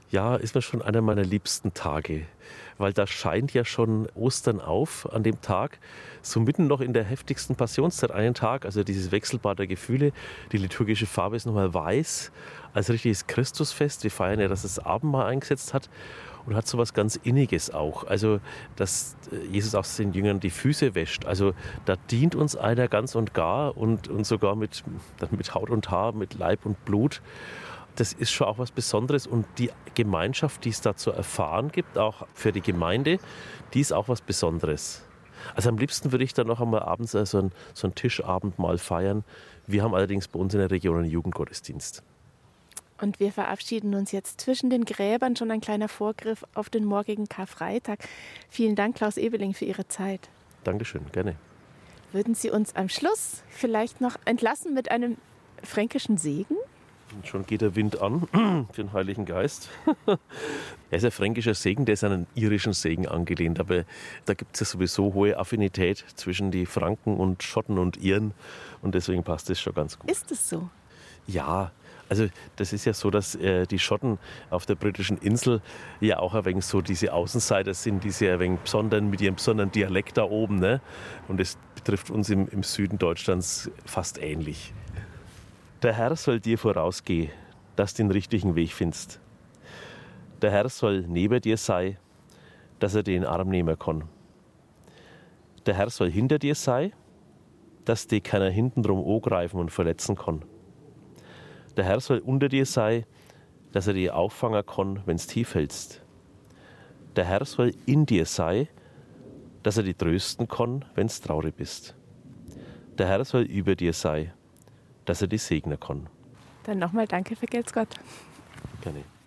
Ja, ist mir schon einer meiner liebsten Tage, weil da scheint ja schon Ostern auf an dem Tag, so mitten noch in der heftigsten Passionszeit, einen Tag, also dieses Wechselbad der Gefühle, die liturgische Farbe ist nochmal weiß, als richtiges Christusfest. Wir feiern ja, dass das Abendmahl eingesetzt hat und hat so was ganz Inniges auch, also dass Jesus auch den Jüngern die Füße wäscht, also da dient uns einer ganz und gar und, und sogar mit, mit Haut und Haar, mit Leib und Blut. Das ist schon auch was Besonderes und die Gemeinschaft, die es da zu erfahren gibt, auch für die Gemeinde, die ist auch was Besonderes. Also am liebsten würde ich dann noch einmal abends so ein, so ein Tischabendmahl feiern. Wir haben allerdings bei uns in der Region einen Jugendgottesdienst. Und wir verabschieden uns jetzt zwischen den Gräbern, schon ein kleiner Vorgriff auf den morgigen Karfreitag. Vielen Dank, Klaus Ebeling, für Ihre Zeit. Dankeschön, gerne. Würden Sie uns am Schluss vielleicht noch entlassen mit einem fränkischen Segen? Und schon geht der Wind an für den Heiligen Geist. Er ist ein fränkischer Segen, der ist an einen irischen Segen angelehnt. Aber da gibt es ja sowieso hohe Affinität zwischen die Franken und Schotten und Iren. Und deswegen passt das schon ganz gut. Ist es so? Ja, also das ist ja so, dass äh, die Schotten auf der britischen Insel ja auch ein wenig so diese Außenseiter sind, diese ein wenig besonderen, mit ihrem besonderen Dialekt da oben. Ne? Und das betrifft uns im, im Süden Deutschlands fast ähnlich. Der Herr soll dir vorausgehen, dass du den richtigen Weg findest. Der Herr soll neben dir sein, dass er dir in den Arm nehmen kann. Der Herr soll hinter dir sein, dass dir keiner hintendrum angreifen und verletzen kann. Der Herr soll unter dir sein, dass er dir auffangen kann, wenn's tief fällst. Der Herr soll in dir sein, dass er dich trösten kann, wenn's traurig bist. Der Herr soll über dir sein, dass er dich segnen kann. Dann nochmal danke, vergelt's Gott. Gerne.